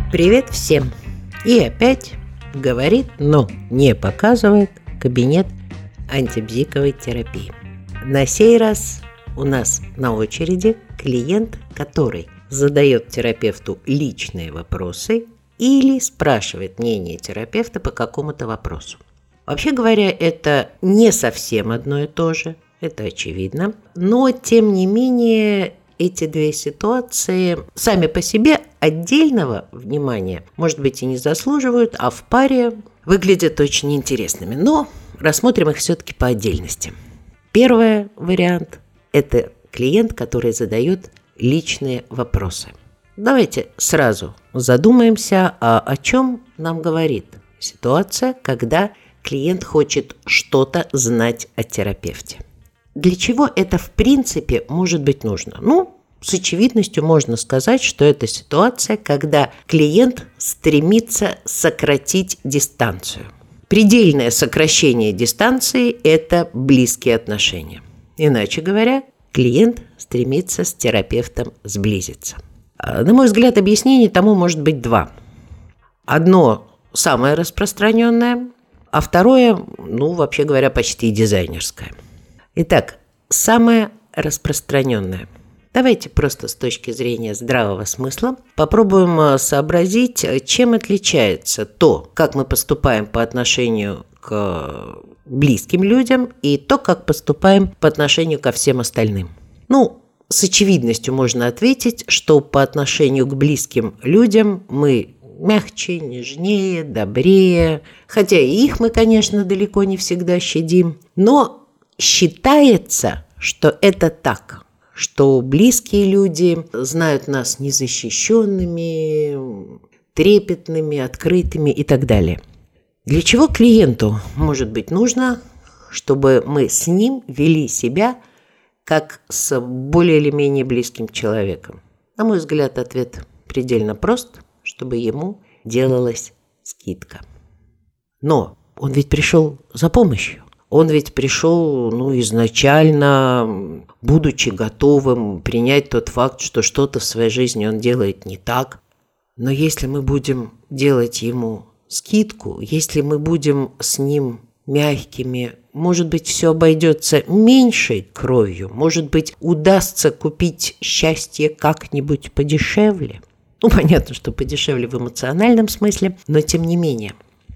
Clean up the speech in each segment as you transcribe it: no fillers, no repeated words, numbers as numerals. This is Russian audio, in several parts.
Привет всем! И опять говорит, но не показывает кабинет антибзиковой терапии. На сей раз у нас на очереди клиент, который задает терапевту личные вопросы или спрашивает мнение терапевта по какому-то вопросу. Вообще говоря, это не совсем одно и то же, это очевидно, но тем не менее эти две ситуации сами по себе отдельного внимания, может быть, и не заслуживают, а в паре выглядят очень интересными. Но рассмотрим их все-таки по отдельности. Первый вариант – это клиент, который задает личные вопросы. Давайте сразу задумаемся, о чем нам говорит ситуация, когда клиент хочет что-то знать о терапевте. Для чего это в принципе может быть нужно? С очевидностью можно сказать, что это ситуация, когда клиент стремится сократить дистанцию. Предельное сокращение дистанции – это близкие отношения. Иначе говоря, клиент стремится с терапевтом сблизиться. На мой взгляд, объяснений тому может быть два. Одно самое распространенное, а второе, вообще говоря, почти дизайнерское. Итак, самое распространенное. Давайте просто с точки зрения здравого смысла попробуем сообразить, чем отличается то, как мы поступаем по отношению к близким людям, и то, как поступаем по отношению ко всем остальным. С очевидностью можно ответить, что по отношению к близким людям мы мягче, нежнее, добрее, хотя и их мы, конечно, далеко не всегда щадим, но считается, что это так, что близкие люди знают нас незащищенными, трепетными, открытыми и так далее. Для чего клиенту может быть нужно, чтобы мы с ним вели себя как с более или менее близким человеком? На мой взгляд, ответ предельно прост, чтобы ему делалась скидка. Но он ведь пришел за помощью. Он ведь пришел, изначально, будучи готовым принять тот факт, что что-то в своей жизни он делает не так. Но если мы будем делать ему скидку, если мы будем с ним мягкими, может быть, все обойдется меньшей кровью, может быть, удастся купить счастье как-нибудь подешевле. Понятно, что подешевле в эмоциональном смысле, но тем не менее.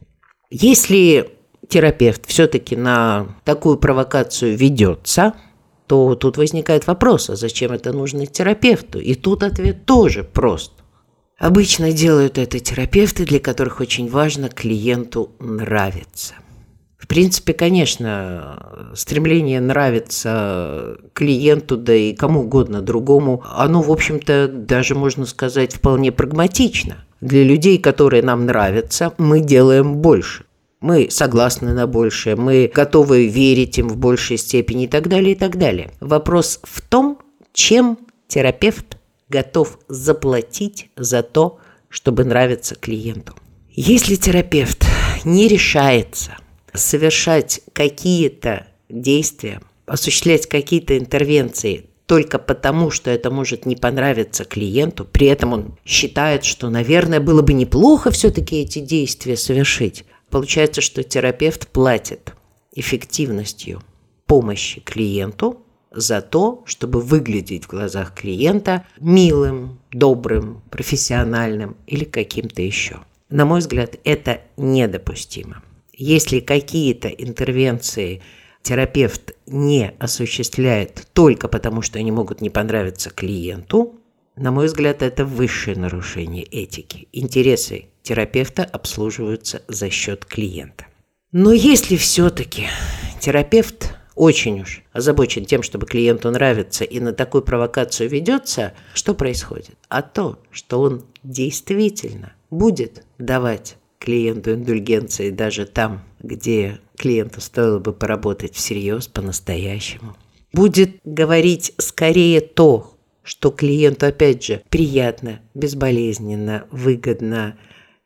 Если терапевт все-таки на такую провокацию ведется, то тут возникает вопрос, а зачем это нужно терапевту? И тут ответ тоже прост. Обычно делают это терапевты, для которых очень важно клиенту нравиться. В принципе, конечно, стремление нравиться клиенту, да и кому угодно другому, оно, в общем-то, даже, можно сказать, вполне прагматично. Для людей, которые нам нравятся, мы делаем больше. Мы согласны на большее, мы готовы верить им в большей степени и так далее, и так далее. Вопрос в том, чем терапевт готов заплатить за то, чтобы нравиться клиенту. Если терапевт не решается совершать какие-то действия, осуществлять какие-то интервенции только потому, что это может не понравиться клиенту, при этом он считает, что, наверное, было бы неплохо все-таки эти действия совершить, получается, что терапевт платит эффективностью помощи клиенту за то, чтобы выглядеть в глазах клиента милым, добрым, профессиональным или каким-то еще. На мой взгляд, это недопустимо. Если какие-то интервенции терапевт не осуществляет только потому, что они могут не понравиться клиенту, на мой взгляд, это высшее нарушение этики. Интересы терапевта обслуживаются за счет клиента. Но если все-таки терапевт очень уж озабочен тем, чтобы клиенту нравиться, и на такую провокацию ведется, что происходит? А то, что он действительно будет давать клиенту индульгенции даже там, где клиенту стоило бы поработать всерьез, по-настоящему. Будет говорить скорее то, что клиенту, опять же, приятно, безболезненно, выгодно,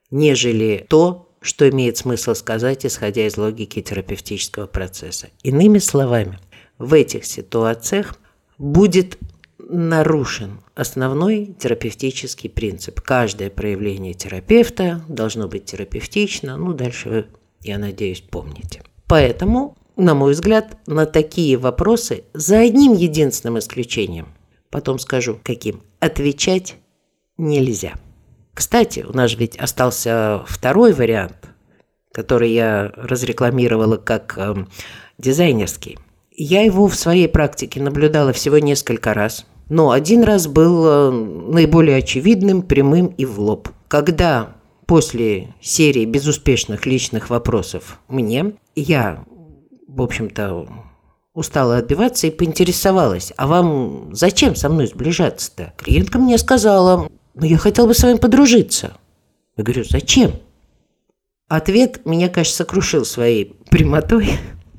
нежели то, что имеет смысл сказать, исходя из логики терапевтического процесса. Иными словами, в этих ситуациях будет нарушен основной терапевтический принцип. Каждое проявление терапевта должно быть терапевтично. Дальше вы, я надеюсь, помните. Поэтому, на мой взгляд, на такие вопросы за одним единственным исключением, потом скажу, каким, отвечать нельзя. Кстати, у нас ведь остался второй вариант, который я разрекламировала как дизайнерский. Я его в своей практике наблюдала всего несколько раз, но один раз был наиболее очевидным, прямым и в лоб. Когда после серии безуспешных личных вопросов мне, я, в общем-то, устала отбиваться и поинтересовалась: а вам зачем со мной сближаться-то? Клиентка мне сказала: я хотела бы с вами подружиться. Я говорю: зачем? Ответ меня, конечно, сокрушил своей прямотой,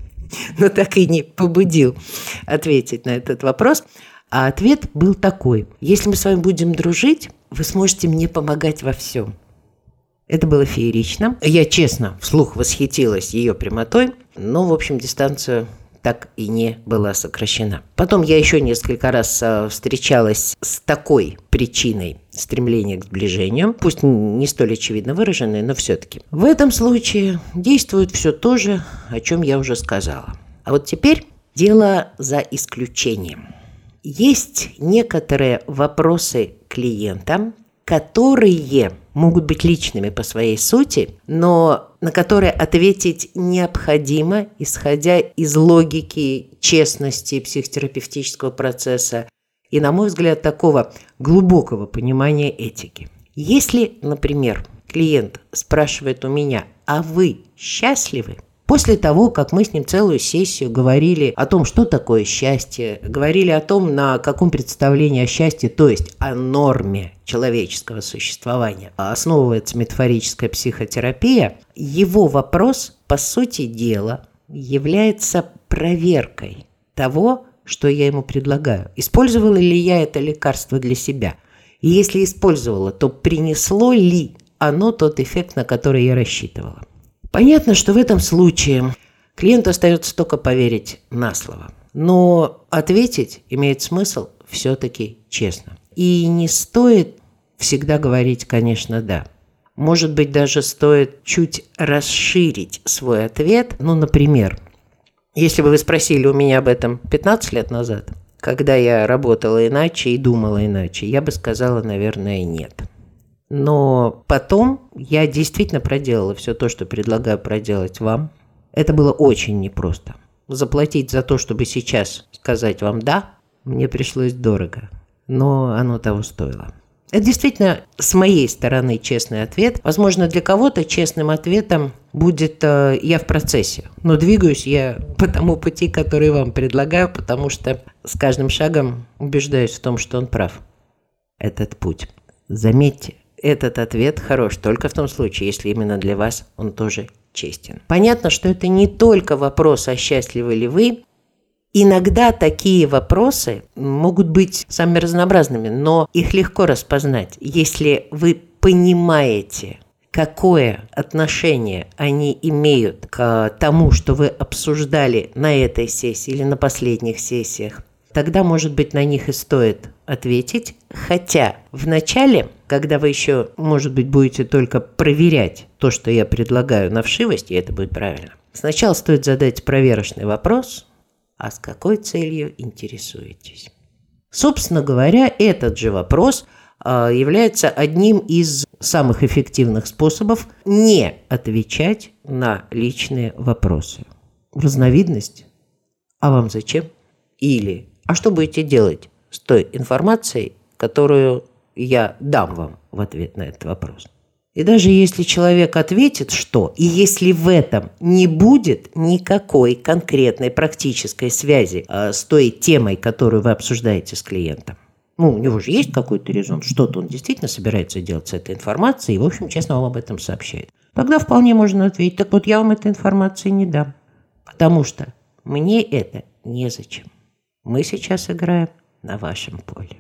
но так и не побудил ответить на этот вопрос. А ответ был такой: если мы с вами будем дружить, вы сможете мне помогать во всем. Это было феерично. Я, честно, вслух восхитилась ее прямотой, но, в общем, дистанция так и не была сокращена. Потом я еще несколько раз встречалась с такой причиной стремления к сближению, пусть не столь очевидно выраженной, но все-таки. В этом случае действует все то же, о чем я уже сказала. А вот теперь дело за исключением. Есть некоторые вопросы клиента, которые могут быть личными по своей сути, но на которые ответить необходимо, исходя из логики, честности психотерапевтического процесса и, на мой взгляд, такого глубокого понимания этики. Если, например, клиент спрашивает у меня: а вы счастливы? После того, как мы с ним целую сессию говорили о том, что такое счастье, говорили о том, на каком представлении о счастье, то есть о норме человеческого существования, основывается метафорическая психотерапия, его вопрос, по сути дела, является проверкой того, что я ему предлагаю. Использовала ли я это лекарство для себя? И если использовала, то принесло ли оно тот эффект, на который я рассчитывала? Понятно, что в этом случае клиенту остается только поверить на слово. Но ответить имеет смысл все-таки честно. И не стоит всегда говорить, конечно, «да». Может быть, даже стоит чуть расширить свой ответ. Например, если бы вы спросили у меня об этом 15 лет назад, когда я работала иначе и думала иначе, я бы сказала, наверное, нет. Но потом я действительно проделала все то, что предлагаю проделать вам. Это было очень непросто. Заплатить за то, чтобы сейчас сказать вам «да», мне пришлось дорого, но оно того стоило. Это действительно с моей стороны честный ответ. Возможно, для кого-то честным ответом будет «я в процессе». Но двигаюсь я по тому пути, который вам предлагаю, потому что с каждым шагом убеждаюсь в том, что он прав. Этот путь. Заметьте, этот ответ хорош только в том случае, если именно для вас он тоже честен. Понятно, что это не только вопрос, а счастливы ли вы. Иногда такие вопросы могут быть самыми разнообразными, но их легко распознать, если вы понимаете, какое отношение они имеют к тому, что вы обсуждали на этой сессии или на последних сессиях. Тогда, может быть, на них и стоит ответить. Хотя в начале, когда вы еще, может быть, будете только проверять то, что я предлагаю на вшивость, и это будет правильно, сначала стоит задать проверочный вопрос: а с какой целью интересуетесь? Собственно говоря, этот же вопрос является одним из самых эффективных способов не отвечать на личные вопросы. Разновидность: а вам зачем? Или а что будете делать с той информацией, которую я дам вам в ответ на этот вопрос? И даже если человек ответит «что», и если в этом не будет никакой конкретной практической связи с той темой, которую вы обсуждаете с клиентом, у него же есть какой-то резон, что-то он действительно собирается делать с этой информацией, и, в общем, честно вам об этом сообщает. Тогда вполне можно ответить: так вот, я вам этой информации не дам, потому что мне это незачем. Мы сейчас играем на вашем поле.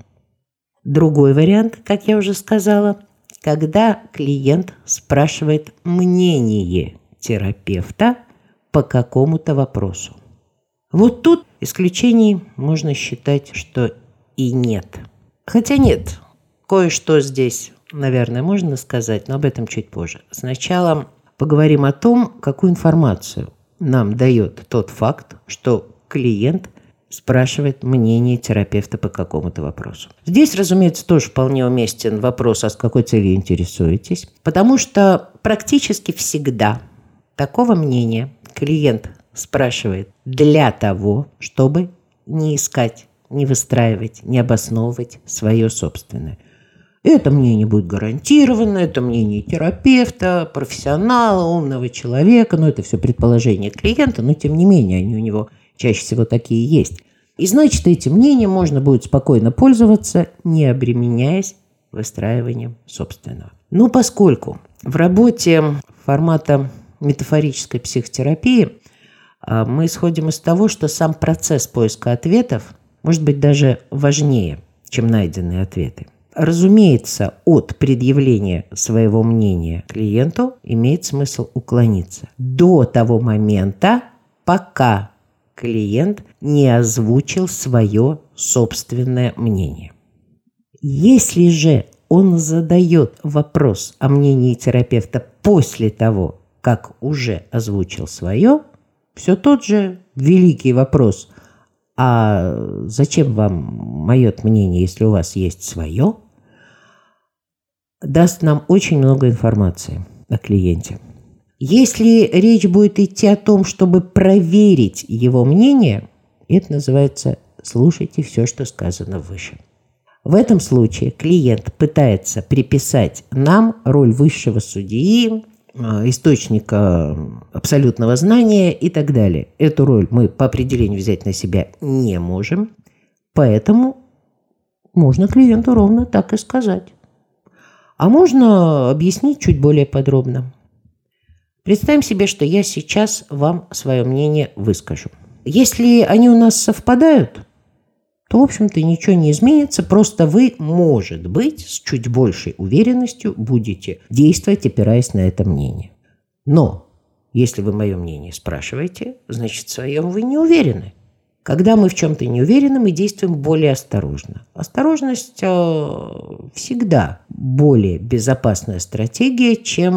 Другой вариант, как я уже сказала, когда клиент спрашивает мнение терапевта по какому-то вопросу. Вот тут исключений можно считать, что и нет. Хотя нет, кое-что здесь, наверное, можно сказать, но об этом чуть позже. Сначала поговорим о том, какую информацию нам дает тот факт, что клиент спрашивает мнение терапевта по какому-то вопросу. Здесь, разумеется, тоже вполне уместен вопрос, а с какой целью интересуетесь, потому что практически всегда такого мнения клиент спрашивает для того, чтобы не искать, не выстраивать, не обосновывать свое собственное. Это мнение будет гарантировано, это мнение терапевта, профессионала, умного человека, но это все предположение клиента, но тем не менее они у него чаще всего такие есть. И значит, этим мнением можно будет спокойно пользоваться, не обременяясь выстраиванием собственного. Но поскольку в работе формата метафорической психотерапии мы исходим из того, что сам процесс поиска ответов может быть даже важнее, чем найденные ответы. Разумеется, от предъявления своего мнения клиенту имеет смысл уклониться до того момента, пока клиент не озвучил свое собственное мнение. Если же он задает вопрос о мнении терапевта после того, как уже озвучил свое, все тот же великий вопрос: а зачем вам мое мнение, если у вас есть свое, даст нам очень много информации о клиенте. Если речь будет идти о том, чтобы проверить его мнение, это называется «слушайте все, что сказано выше». В этом случае клиент пытается приписать нам роль высшего судьи, источника абсолютного знания и так далее. Эту роль мы по определению взять на себя не можем, поэтому можно клиенту ровно так и сказать. А можно объяснить чуть более подробно. Представим себе, что я сейчас вам свое мнение выскажу. Если они у нас совпадают, то, в общем-то, ничего не изменится, просто вы, может быть, с чуть большей уверенностью будете действовать, опираясь на это мнение. Но если вы мое мнение спрашиваете, значит, в своем вы не уверены. Когда мы в чем-то не уверены, мы действуем более осторожно. Осторожность всегда более безопасная стратегия,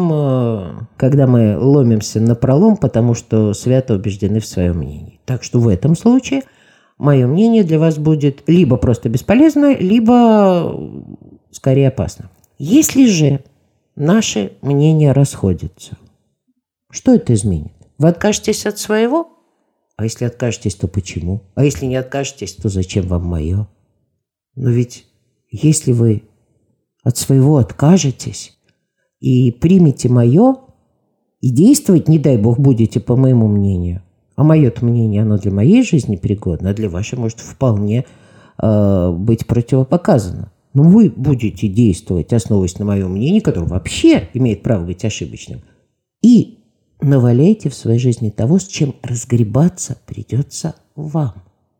чем когда мы ломимся напролом, потому что свято убеждены в своем мнении. Так что в этом случае мое мнение для вас будет либо просто бесполезно, либо скорее опасно. Если же наши мнения расходятся, что это изменит? Вы откажетесь от своего? А если откажетесь, то почему? А если не откажетесь, то зачем вам мое? Но ведь если вы от своего откажетесь и примете мое, и действовать, не дай бог, будете по моему мнению, а мое-то мнение, оно для моей жизни пригодно, а для вашей может вполне быть противопоказано. Но вы будете действовать, основываясь на моем мнении, которое вообще имеет право быть ошибочным, и наваляйте в своей жизни того, с чем разгребаться придется вам.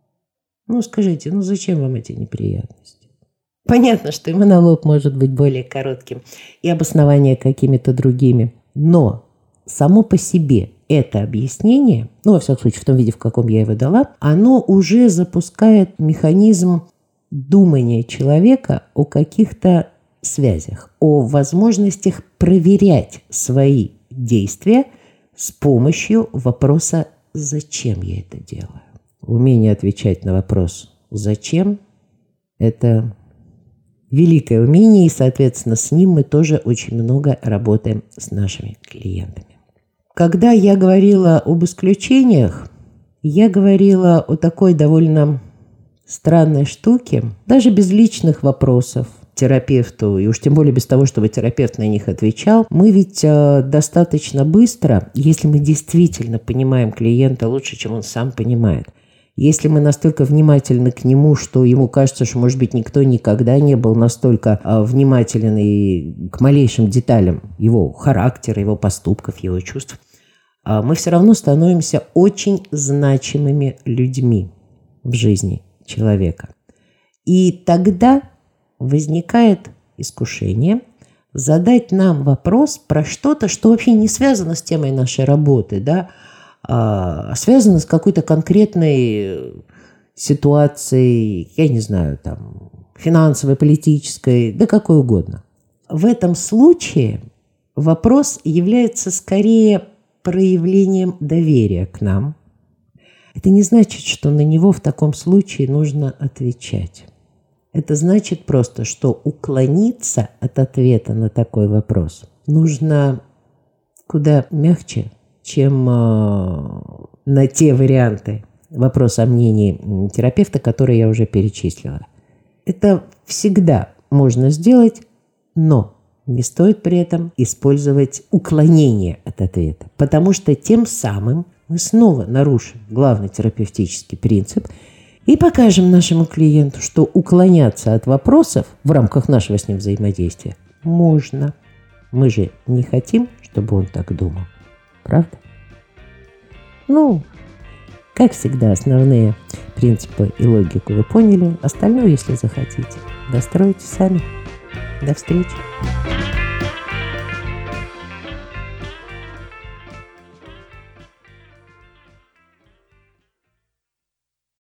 Скажите, зачем вам эти неприятности? Понятно, что и монолог может быть более коротким, и обоснования какими-то другими, но само по себе это объяснение, во всяком случае, в том виде, в каком я его дала, оно уже запускает механизм думания человека о каких-то связях, о возможностях проверять свои действия с помощью вопроса «зачем я это делаю?». Умение отвечать на вопрос «зачем?» – это великое умение, и, соответственно, с ним мы тоже очень много работаем с нашими клиентами. Когда я говорила об исключениях, я говорила о такой довольно странной штуке, даже без личных вопросов терапевту, и уж тем более без того, чтобы терапевт на них отвечал, мы ведь достаточно быстро, если мы действительно понимаем клиента лучше, чем он сам понимает, если мы настолько внимательны к нему, что ему кажется, что, может быть, никто никогда не был настолько внимателен и к малейшим деталям его характера, его поступков, его чувств, мы все равно становимся очень значимыми людьми в жизни человека. И тогда возникает искушение задать нам вопрос про что-то, что вообще не связано с темой нашей работы, да, а связано с какой-то конкретной ситуации, я не знаю, там, финансовой, политической, да какой угодно. В этом случае вопрос является скорее проявлением доверия к нам. Это не значит, что на него в таком случае нужно отвечать. Это значит просто, что уклониться от ответа на такой вопрос нужно куда мягче, чем на те варианты вопроса о мнении терапевта, которые я уже перечислила. Это всегда можно сделать, но не стоит при этом использовать уклонение от ответа, потому что тем самым мы снова нарушим главный терапевтический принцип и покажем нашему клиенту, что уклоняться от вопросов в рамках нашего с ним взаимодействия можно. Мы же не хотим, чтобы он так думал. Правда? Как всегда, основные принципы и логику вы поняли. Остальное, если захотите, достройте сами. До встречи.